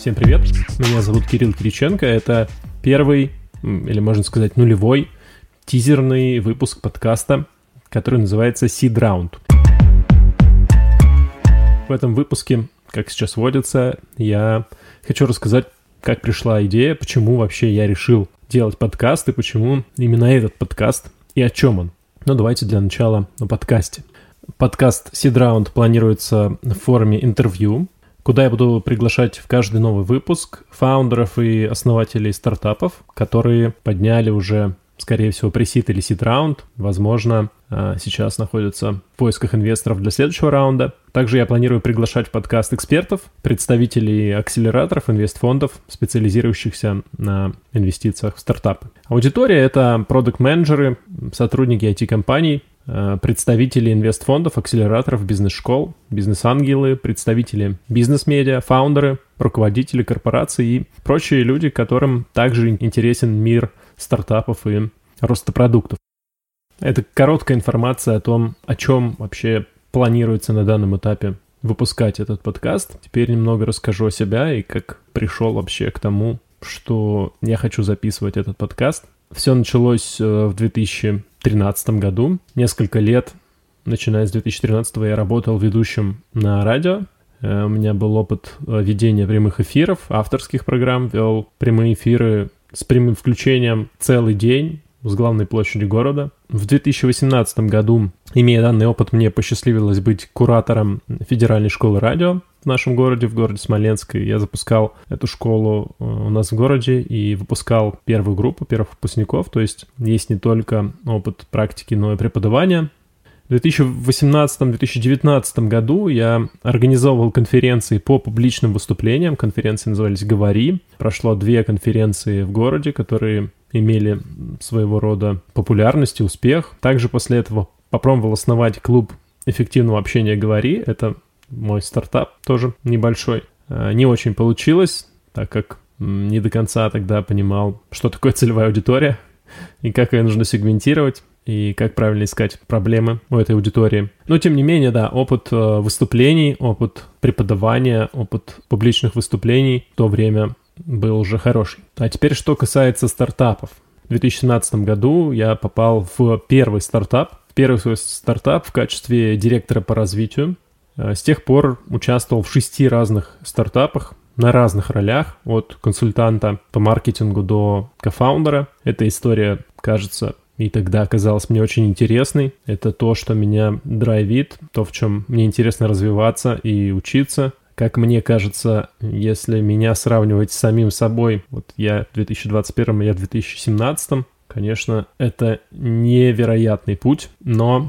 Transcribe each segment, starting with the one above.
Всем привет, меня зовут Кирилл Кириченко, это первый, или можно сказать нулевой, тизерный выпуск подкаста, который называется Seed Round. В этом выпуске, как сейчас водится, я хочу рассказать, как пришла идея, почему вообще я решил делать подкаст и почему именно этот подкаст и о чем он. Ну, давайте для начала о подкасте. Подкаст Seed Round планируется в форме интервью, куда я буду приглашать в каждый новый выпуск фаундеров и основателей стартапов, которые подняли уже, скорее всего, pre-seed или seed раунд. Возможно, сейчас находятся в поисках инвесторов для следующего раунда. Также я планирую приглашать в подкаст экспертов, представителей акселераторов, инвестфондов, специализирующихся на инвестициях в стартапы. Аудитория — это продакт-менеджеры, сотрудники IT-компаний, представители инвестфондов, акселераторов, бизнес-школ, бизнес-ангелы, представители бизнес-медиа, фаундеры, руководители корпораций и прочие люди, которым также интересен мир стартапов и роста продуктов. Это короткая информация о том, о чем вообще планируется на данном этапе выпускать этот подкаст. Теперь немного расскажу о себе и как пришел вообще к тому, что я хочу записывать этот подкаст. Все началось в 2013 году. Несколько лет, начиная с 2013, я работал ведущим на радио. У меня был опыт ведения прямых эфиров, авторских программ, вел прямые эфиры с прямым включением целый день с главной площади города. В 2018 году, имея данный опыт, мне посчастливилось быть куратором Федеральной школы радио в нашем городе, в городе Смоленск. И я запускал эту школу у нас в городе и выпускал первую группу, первых выпускников. То есть не только опыт практики, но и преподавания. В 2018-2019 году я организовывал конференции по публичным выступлениям. Конференции назывались «Говори». Прошло 2 конференции в городе, которые имели своего рода популярность и успех. Также после этого попробовал основать клуб эффективного общения «Говори». Это мой стартап, тоже небольшой. Не очень получилось, так как не до конца тогда понимал, что такое целевая аудитория и как ее нужно сегментировать, и как правильно искать проблемы у этой аудитории. Но, тем не менее, да, опыт выступлений, опыт преподавания, опыт публичных выступлений в то время был уже хороший. А теперь, что касается стартапов. В 2017 году я попал в первый стартап в качестве директора по развитию. С тех пор участвовал в 6 разных стартапах на разных ролях, от консультанта по маркетингу до кофаундера. Эта история, кажется, и тогда оказалась мне очень интересной. Это то, что меня драйвит, то, в чем мне интересно развиваться и учиться. Как мне кажется, если меня сравнивать с самим собой, вот я в 2021, я в 2017, конечно, это невероятный путь, но,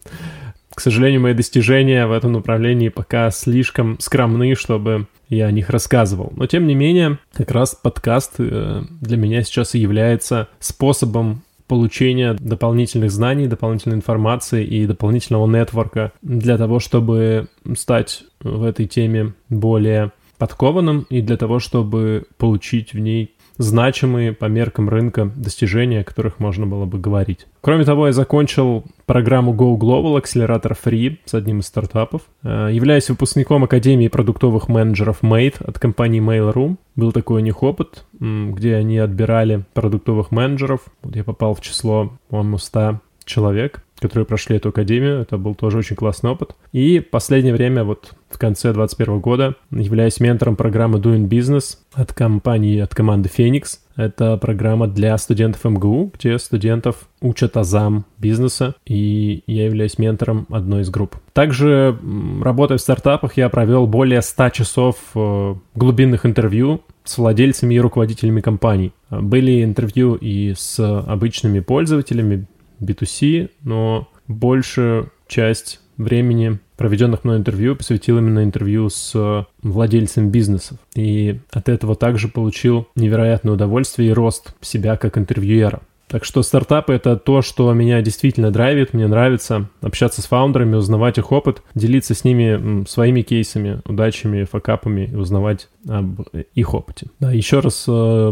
к сожалению, мои достижения в этом направлении пока слишком скромны, чтобы я о них рассказывал. Но, тем не менее, как раз подкаст для меня сейчас и является способом получения дополнительных знаний, дополнительной информации и дополнительного нетворка для того, чтобы стать в этой теме более подкованным и для того, чтобы получить в ней значимые по меркам рынка достижения, о которых можно было бы говорить. Кроме того, я закончил программу Go Global, акселератор Free с одним из стартапов. Являюсь выпускником Академии продуктовых менеджеров Made от компании Mail.ru. Был такой у них опыт, где они отбирали продуктовых менеджеров. Вот я попал в число, по-моему, 100 человек, которые прошли эту академию. Это был тоже очень классный опыт. И в последнее время, вот в конце 2021 года, являюсь ментором программы Doing Business от команды Phoenix. Это программа для студентов МГУ, где студентов учат азам бизнеса, и я являюсь ментором одной из групп. Также, работая в стартапах, я провел более 100 часов глубинных интервью с владельцами и руководителями компаний. Были интервью и с обычными пользователями, B2C, но большую часть времени, проведенных мной интервью, посвятил именно интервью с владельцами бизнесов. И от этого также получил невероятное удовольствие и рост себя как интервьюера. Так что стартапы — это то, что меня действительно драйвит. Мне нравится общаться с фаундерами, узнавать их опыт, делиться с ними своими кейсами, удачами, факапами и узнавать об их опыте. Да, еще раз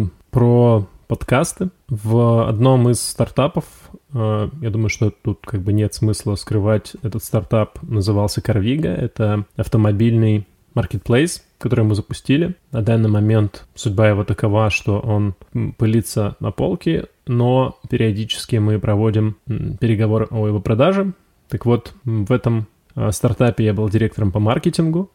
про подкасты. В одном из стартапов, я думаю, что тут нет смысла скрывать, этот стартап назывался Carviga. Это автомобильный Marketplace, который мы запустили. На данный момент судьба его такова, что он пылится на полке, но периодически мы проводим переговоры о его продаже. Так вот, в этом стартапе я был директором по маркетингу,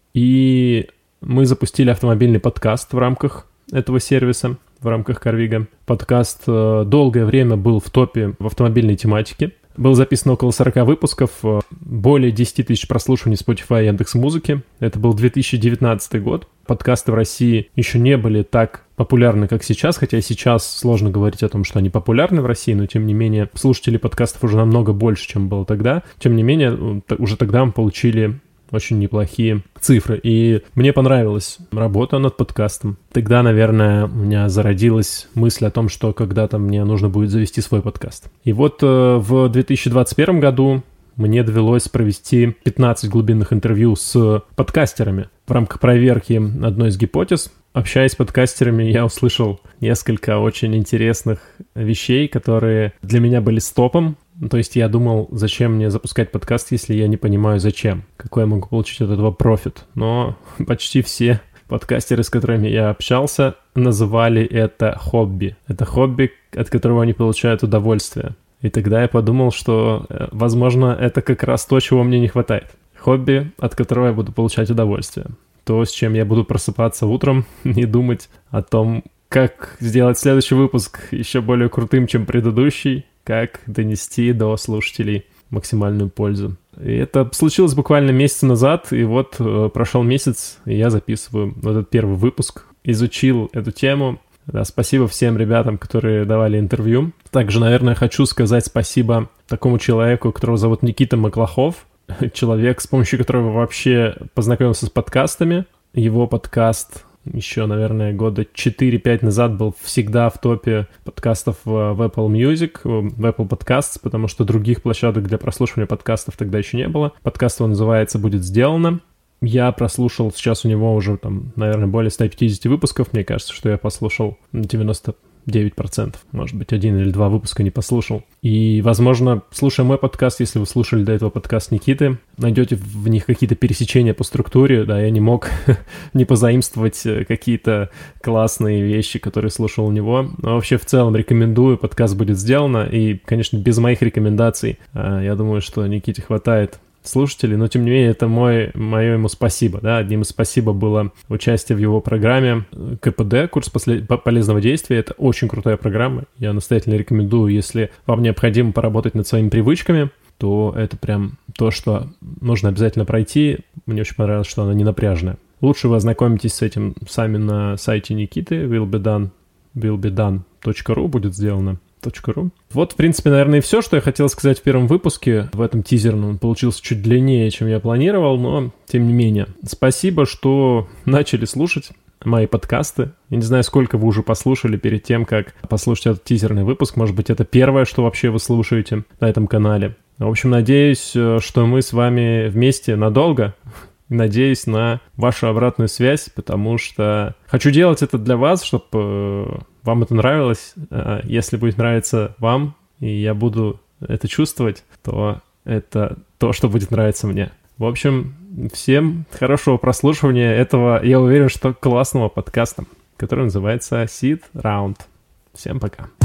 и мы запустили автомобильный подкаст в рамках этого сервиса, в рамках Carviga. Подкаст долгое время был в топе в автомобильной тематике. Было записано около 40 выпусков, более 10 тысяч прослушиваний в Spotify и Яндекс.Музыке. Это был 2019 год. Подкасты в России еще не были так популярны, как сейчас, хотя сейчас сложно говорить о том, что они популярны в России, но тем не менее слушателей подкастов уже намного больше, чем было тогда. Тем не менее, уже тогда мы получили очень неплохие цифры. И мне понравилась работа над подкастом. Тогда, наверное, у меня зародилась мысль о том, что когда-то мне нужно будет завести свой подкаст. И вот в 2021 году мне довелось провести 15 глубинных интервью с подкастерами. В рамках проверки одной из гипотез, общаясь с подкастерами, я услышал несколько очень интересных вещей, которые для меня были стопом. То есть я думал, зачем мне запускать подкаст, если я не понимаю, зачем, какой я могу получить от этого профит. Но почти все подкастеры, с которыми я общался, называли это хобби. Это хобби, от которого они получают удовольствие. И тогда я подумал, что, возможно, это как раз то, чего мне не хватает. Хобби, от которого я буду получать удовольствие. То, с чем я буду просыпаться утром и думать о том, как сделать следующий выпуск еще более крутым, чем предыдущий, как донести до слушателей максимальную пользу. И это случилось буквально месяц назад, и вот прошел месяц, и я записываю вот этот первый выпуск. Изучил эту тему. Да, спасибо всем ребятам, которые давали интервью. Также, наверное, хочу сказать спасибо такому человеку, которого зовут Никита Маклахов. Человек, с помощью которого вообще познакомился с подкастами. Его подкаст еще, наверное, года 4-5 назад был всегда в топе подкастов в Apple Music, в Apple Podcasts, потому что других площадок для прослушивания подкастов тогда еще не было. Подкаст его называется «Будет сделано». Я прослушал сейчас у него уже, там, наверное, более 150 выпусков. Мне кажется, что я послушал 99%. Может быть, 1 или 2 выпуска не послушал. И, возможно, слушая мой подкаст, если вы слушали до этого подкаст Никиты, найдете в них какие-то пересечения по структуре. Да, я не мог не позаимствовать какие-то классные вещи, которые слушал у него. Но вообще, в целом, рекомендую. Подкаст «Будет сделано». И, конечно, без моих рекомендаций, я думаю, что Никите хватает слушателей, но тем не менее это мое ему спасибо, да, одним из спасибо было участие в его программе КПД, курс полезного действия, это очень крутая программа, я настоятельно рекомендую, если вам необходимо поработать над своими привычками, то это прям то, что нужно обязательно пройти, мне очень понравилось, что она не напряжная. Лучше вы ознакомитесь с этим сами на сайте Никиты, willbedone.ru будет сделано. .ru. Вот, в принципе, наверное, и все, что я хотел сказать в первом выпуске. В этом тизерном он получился чуть длиннее, чем я планировал, но тем не менее. Спасибо, что начали слушать мои подкасты. Я не знаю, сколько вы уже послушали перед тем, как послушать этот тизерный выпуск. Может быть, это первое, что вообще вы слушаете на этом канале. В общем, надеюсь, что мы с вами вместе надолго. Надеюсь на вашу обратную связь, потому что хочу делать это для вас, чтобы вам это нравилось. Если будет нравиться вам, и я буду это чувствовать, то это то, что будет нравиться мне. В общем, всем хорошего прослушивания этого, я уверен, что классного подкаста, который называется Sit Round. Всем пока.